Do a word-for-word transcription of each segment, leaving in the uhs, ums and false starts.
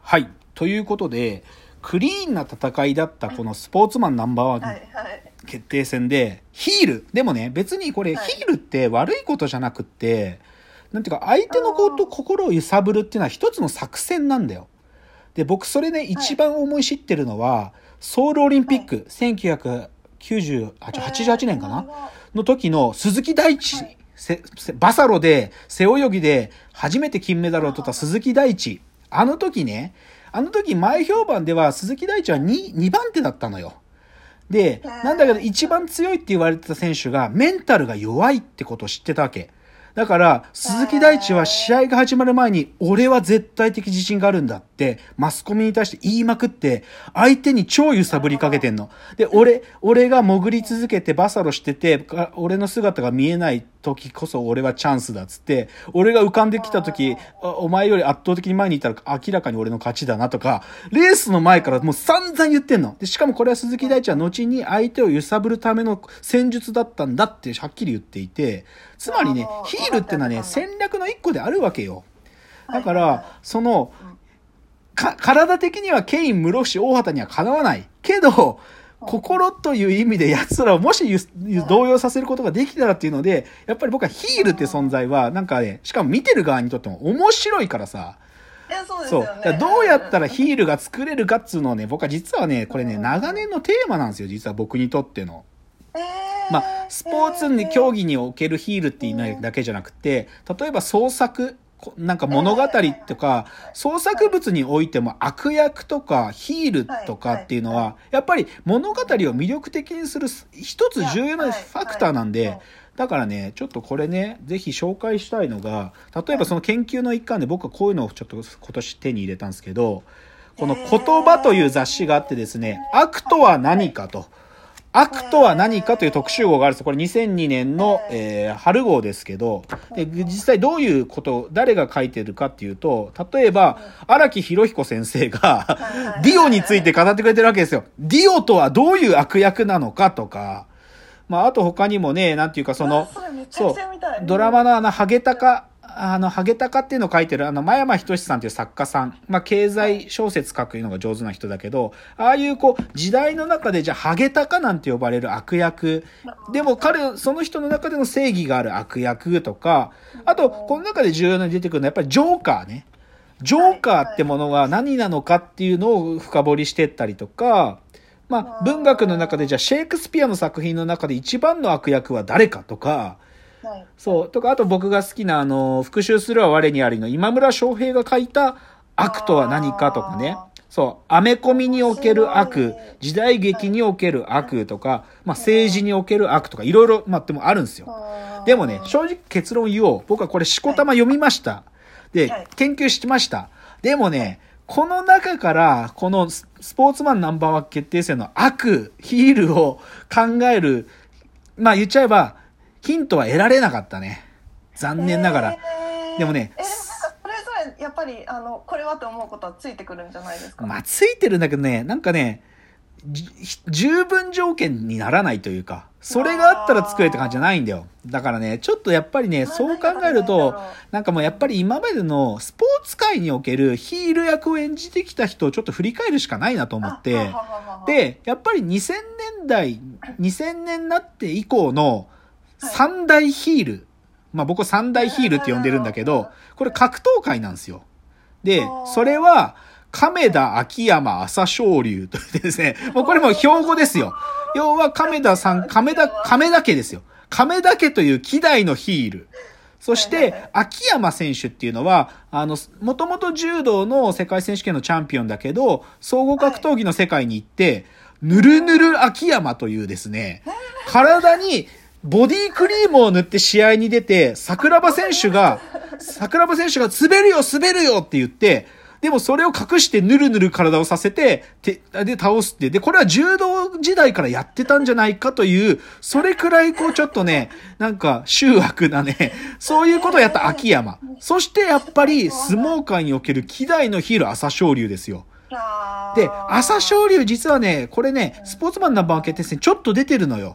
はい。ということで、クリーンな戦いだったこのスポーツマンナンバーワン決定戦で、ヒール。でもね、別にこれ、ヒールって悪いことじゃなくって、なんていうか、相手のこと心を揺さぶるっていうのは一つの作戦なんだよ。で、僕それね、一番思い知ってるのは、ソウルオリンピック、せんきゅうひゃくきゅうじゅうはち、はちじゅうはちねんかなの時の鈴木大地、バサロで背泳ぎで初めて金メダルを取った鈴木大地。あの時ね、あの時前評判では鈴木大地は 2, 2番手だったのよ。で、なんだけど一番強いって言われてた選手がメンタルが弱いってことを知ってたわけ。だから、鈴木大地は試合が始まる前に、俺は絶対的自信があるんだって、マスコミに対して言いまくって、相手に超揺さぶりかけてんの。で、俺、俺が潜り続けてバサロしてて、俺の姿が見えない時こそ俺はチャンスだっつって、俺が浮かんできた時、お前より圧倒的に前にいたら明らかに俺の勝ちだなとか、レースの前からもう散々言ってんの。で、しかもこれは鈴木大地は後に相手を揺さぶるための戦術だったんだってはっきり言っていて、つまりね、ヒールってのはね、戦略の一個であるわけよ。だから、その、か、体的にはケイン、室伏、大畑にはかなわない。けど、心という意味で奴らをもし動揺させることができたらっていうので、やっぱり僕はヒールって存在は、なんかね、しかも見てる側にとっても面白いからさ。 いや、そうですよね。 そう。どうやったらヒールが作れるかっつうのをね、僕は実はね、これね、長年のテーマなんですよ、実は僕にとっての。 えーまあ、スポーツに競技におけるヒールって言いないだけじゃなくて、例えば創作、なんか物語とか、創作物においても悪役とかヒールとかっていうのは、やっぱり物語を魅力的にする一つ重要なファクターなんで、だからね、ちょっとこれね、ぜひ紹介したいのが、例えばその研究の一環で僕はこういうのをちょっと今年手に入れたんですけど、この言葉という雑誌があってですね、悪とは何かと。悪とは何かという特集号があるんです。これにせんにねんの、えー、春号ですけど、で、実際どういうこと、誰が書いてるかっていうと、例えば、荒木博彦先生が、ディオについて語ってくれてるわけですよ。ディオとはどういう悪役なのかとか、まあ、あと他にもね、なんていうかその、そう、ドラマのあの、ハゲタカ、あの、ハゲタカっていうのを書いてる、あの、真山仁さんっていう作家さん。まあ、経済小説書くのが上手な人だけど、ああいうこう、時代の中でじゃあ、ハゲタカなんて呼ばれる悪役。でも彼、その人の中での正義がある悪役とか、あと、この中で重要に出てくるのはやっぱりジョーカーね。ジョーカーってものが何なのかっていうのを深掘りしていったりとか、まあ、文学の中でじゃあ、シェイクスピアの作品の中で一番の悪役は誰かとか、そう。とか、あと僕が好きな、あの、復讐するは我にありの今村翔平が書いた悪とは何かとかね。そう。アメコミにおける悪、時代劇における悪とか、まあ政治における悪とか、いろいろ、まあでもあるんですよ。でもね、正直結論言おう。僕はこれしこたま読みました。で、研究してました。でもね、この中から、このスポーツマンナンバーワン決定戦の悪、ヒールを考える、まあ言っちゃえば、ヒントは得られなかったね。残念ながら。えー、でもね。 えー、それぞれやっぱり、あの、これはと思うことはついてくるんじゃないですか。 まあ、ついてるんだけどね、なんかね、十分条件にならないというか、それがあったら作れって感じじゃないんだよ。だからね、ちょっとやっぱりね、そう考えると、なんかもうやっぱり今までのスポーツ界におけるヒール役を演じてきた人をちょっと振り返るしかないなと思って、で、やっぱりにせんねんだい、にせんねんになって以降の、三大ヒール。まあ僕は三大ヒールって呼んでるんだけど、これ格闘界なんですよ。で、それは、亀田、秋山、朝青龍というですね、もうこれもう標語ですよ。要は亀田さん、亀田、亀田家ですよ。亀田家という希代のヒール。そして、秋山選手っていうのは、あの、もともと柔道の世界選手権のチャンピオンだけど、総合格闘技の世界に行って、ぬるぬる秋山というですね、体に、ボディクリームを塗って試合に出て、桜庭選手が、桜庭選手が滑るよ滑るよって言って、でもそれを隠してぬるぬる体をさせて、て、で倒すって。で、これは柔道時代からやってたんじゃないかという、それくらいこうちょっとね、なんか醜悪なね、そういうことをやった秋山。そしてやっぱり相撲界における希代のヒール朝青龍ですよ。で、朝青龍実はね、これね、スポーツマンナンバーワン決定戦ちょっと出てるのよ。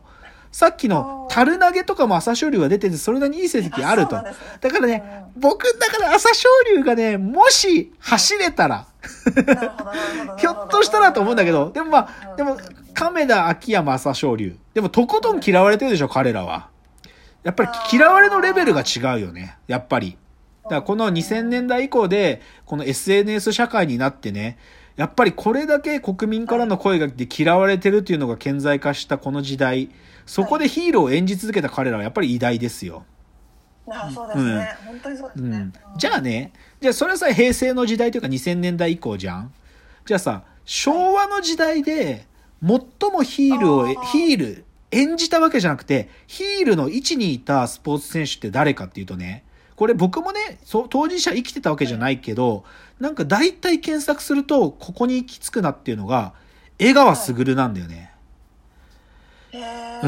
さっきの樽投げとかも朝青龍が出てて、それなりにいい成績あると。だからね、僕、だから朝青龍がね、もし走れたら、ひょっとしたらと思うんだけど、でもまあ、でも、亀田、秋山、朝青龍。でも、とことん嫌われてるでしょ、彼らは。やっぱり嫌われのレベルが違うよね、やっぱり。だからこのにせんねんだい以降で、この エスエヌエス 社会になってね、やっぱりこれだけ国民からの声が来て嫌われてるっていうのが顕在化したこの時代、そこでヒーローを演じ続けた彼らはやっぱり偉大ですよ。 ああ、そうですね、うん、本当にそうですね、うん、 じゃあね、じゃあそれはさ、平成の時代というかにせんねんだい以降じゃん。じゃあさ、昭和の時代で最もヒールを、ヒール演じたわけじゃなくて、ヒールの位置にいたスポーツ選手って誰かっていうとね、これ僕もね、当事者生きてたわけじゃないけど、なんか大体検索するとここに行き着くなっていうのが江川卓なんだよね。うん。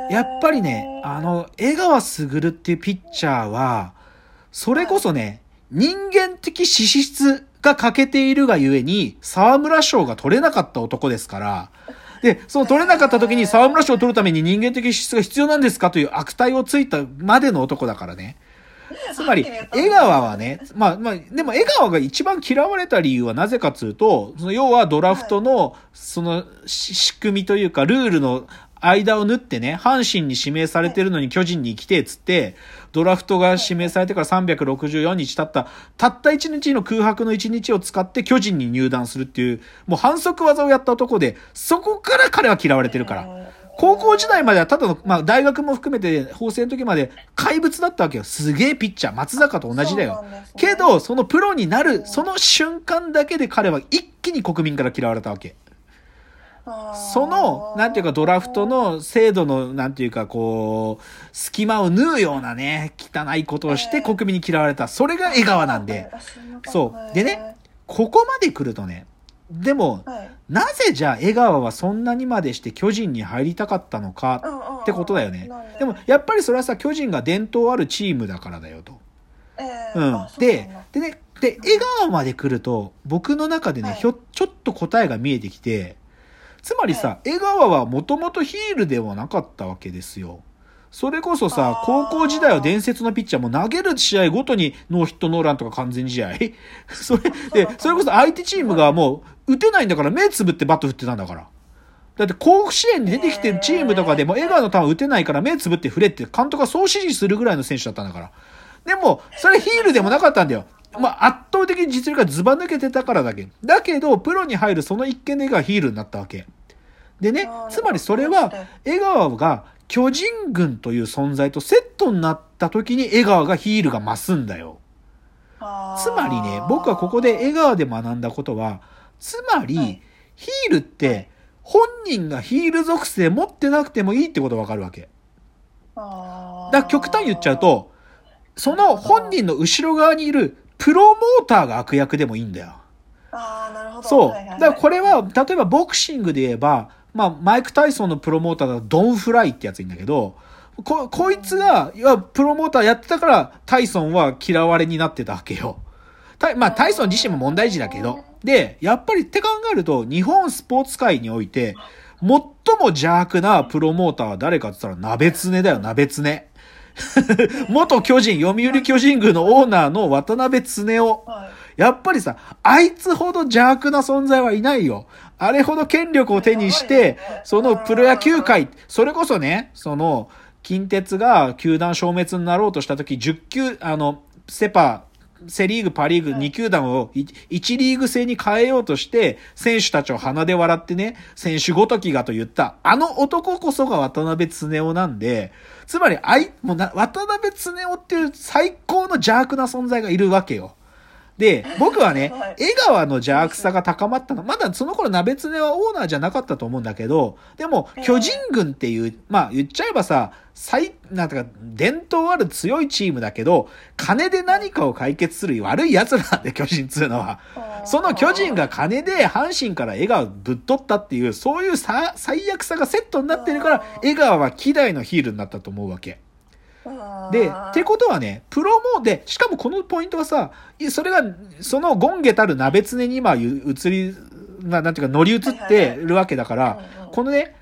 やっぱりね、あの江川卓っていうピッチャーはそれこそね、人間的資質が欠けているがゆえに沢村賞が取れなかった男ですから。で、その取れなかった時に沢村賞を取るために人間的資質が必要なんですかという悪態をついたまでの男だからね。つまり、江川はね、まあまあ、でも江川が一番嫌われた理由はなぜかというと、その要はドラフトの、その仕組みというか、ルールの間を縫ってね、阪神に指名されてるのに巨人に来て、つって、ドラフトが指名されてからさんびゃくろくじゅうよっか経った、たったいちにちの空白のいちにちを使って巨人に入団するっていう、もう反則技をやった男で、そこから彼は嫌われてるから。高校時代まではただの、まあ大学も含めて法政の時まで怪物だったわけよ。すげえピッチャー。松坂と同じだよ。ね、けど、そのプロになる、その瞬間だけで彼は一気に国民から嫌われたわけ。その、なんていうかドラフトの制度の、なんていうかこう、隙間を縫うようなね、汚いことをして国民に嫌われた。それが江川なんで。そう。でね、ここまで来るとね、でも、はい、なぜじゃあ江川はそんなにまでして巨人に入りたかったのかってことだよね。でもやっぱりそれはさ、巨人が伝統あるチームだからだよと。えー、うん。で、でね、で、江川まで来ると僕の中でね、はい、ひょ、ちょっと答えが見えてきて、つまりさ、はい、江川はもともとヒールではなかったわけですよ。それこそさ、高校時代は伝説のピッチャーも投げる試合ごとにノーヒットノーランとか完全試合それで、それこそ相手チームがもう打てないんだから目つぶってバット振ってたんだから。だって甲子園に出てきてるチームとかでも江川の球打てないから目つぶって振れって監督がそう指示するぐらいの選手だったんだから。でも、それヒールでもなかったんだよ。まあ、圧倒的に実力がズバ抜けてたからだけ。だけど、プロに入るその一件で江川ヒールになったわけ。でね、つまりそれは江川が巨人軍という存在とセットになった時に江川がヒールが増すんだよ。つまりね、僕はここで江川で学んだことは、つまり、はい、ヒールって本人がヒール属性持ってなくてもいいってことがわかるわけ。だから極端に言っちゃうと、その本人の後ろ側にいるプロモーターが悪役でもいいんだよ。 ああ、なるほど。 そう。だからこれは、例えばボクシングで言えば、まあ、マイク・タイソンのプロモーターだとドン・フライってやついいんだけど、こ、こいつが、いや、プロモーターやってたから、タイソンは嫌われになってたわけよ。たまあ、タイソン自身も問題児だけど。で、やっぱりって考えると、日本スポーツ界において、最も邪悪なプロモーターは誰かって言ったら、鍋常だよ、鍋常。元巨人、読売巨人軍のオーナーの渡辺常夫。やっぱりさ、あいつほど邪悪な存在はいないよ。あれほど権力を手にして、そのプロ野球界、それこそね、その、近鉄が球団消滅になろうとしたとき、じゅっきゅう、あの、セパ、セリーグ、パリーグに球団をいちリーグ制に変えようとして、選手たちを鼻で笑ってね、選手ごときがと言った、あの男こそが渡辺常夫なんで、つまり、あい、もうな、渡辺常夫っていう最高の邪悪な存在がいるわけよ。で、僕はね、江川の邪悪さが高まったの。まだその頃鍋常はオーナーじゃなかったと思うんだけど、でも、巨人軍っていう、まあ言っちゃえばさ、最、なんていうか、伝統ある強いチームだけど、金で何かを解決する悪い奴らなんで、巨人っつうのは。その巨人が金で阪神から江川ぶっ取ったっていう、そういうさ最悪さがセットになってるから、江川は希代のヒールになったと思うわけ。で、ってことはね、プロモで、しかもこのポイントはさ、それが、そのゴンゲたる鍋常に今移り、ななんていうか乗り移ってるわけだから、このね、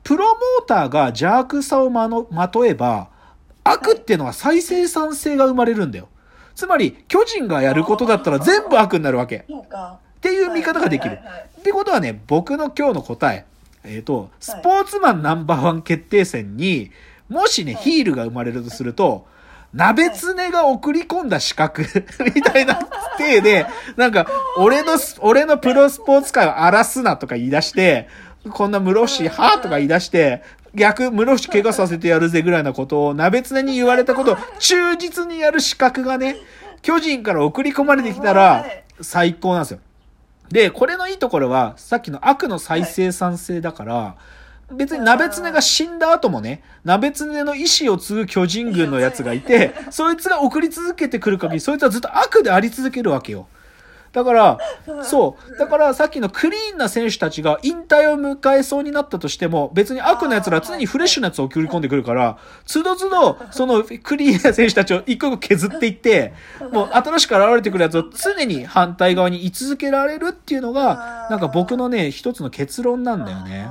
プロモーターが邪悪さをまの、まとえば、悪っていうのは再生産性が生まれるんだよ。つまり、巨人がやることだったら全部悪になるわけ。っていう見方ができる。ってことはね、僕の今日の答え、えっと、スポーツマンナンバーワン決定戦に、もしね、ヒールが生まれるとすると、鍋つねが送り込んだ資格みたいな体で、なんか、俺の、俺のプロスポーツ界を荒らすなとか言い出して、こんな室伏はとか言い出して、逆、室伏怪我させてやるぜぐらいなことを、鍋つねに言われたことを忠実にやる資格がね、巨人から送り込まれてきたら、最高なんですよ。で、これのいいところは、さっきの悪の再生産性だから、別に鍋つねが死んだ後もね、鍋つねの意志を継ぐ巨人軍のやつがいて、そいつが送り続けてくる限り、そいつはずっと悪であり続けるわけよ。だから、そう。だからさっきのクリーンな選手たちが引退を迎えそうになったとしても、別に悪の奴らは常にフレッシュなやつを送り込んでくるから、つどつど、そのクリーンな選手たちを一個一個削っていって、もう新しく現れてくるやつを常に反対側に居続けられるっていうのが、なんか僕のね、一つの結論なんだよね。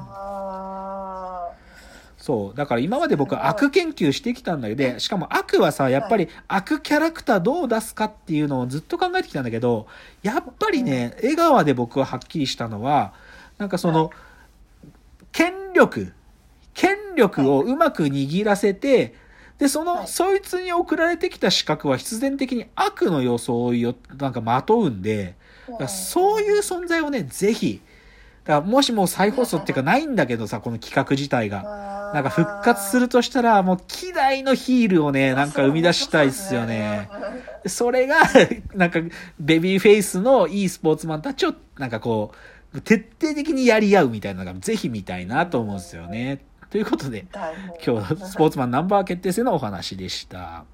そう。だから今まで僕は悪研究してきたんだけど、しかも悪はさ、やっぱり悪キャラクターどう出すかっていうのをずっと考えてきたんだけど、やっぱりね、江川で僕ははっきりしたのは、なんかその、権力、権力をうまく握らせて、で、その、そいつに送られてきた資格は必然的に悪の装いをなんかまとうんで、そういう存在をね、ぜひ、だからもしもう再放送っていうかないんだけどさ、この企画自体が。なんか復活するとしたら、もう希代のヒールをね、なんか生み出したいっすよね。それが、なんか、ベビーフェイスのいいスポーツマンたちを、なんかこう、徹底的にやり合うみたいなのがぜひ見たいなと思うんですよね。ということで、今日、スポーツマンナンバー決定戦のお話でした。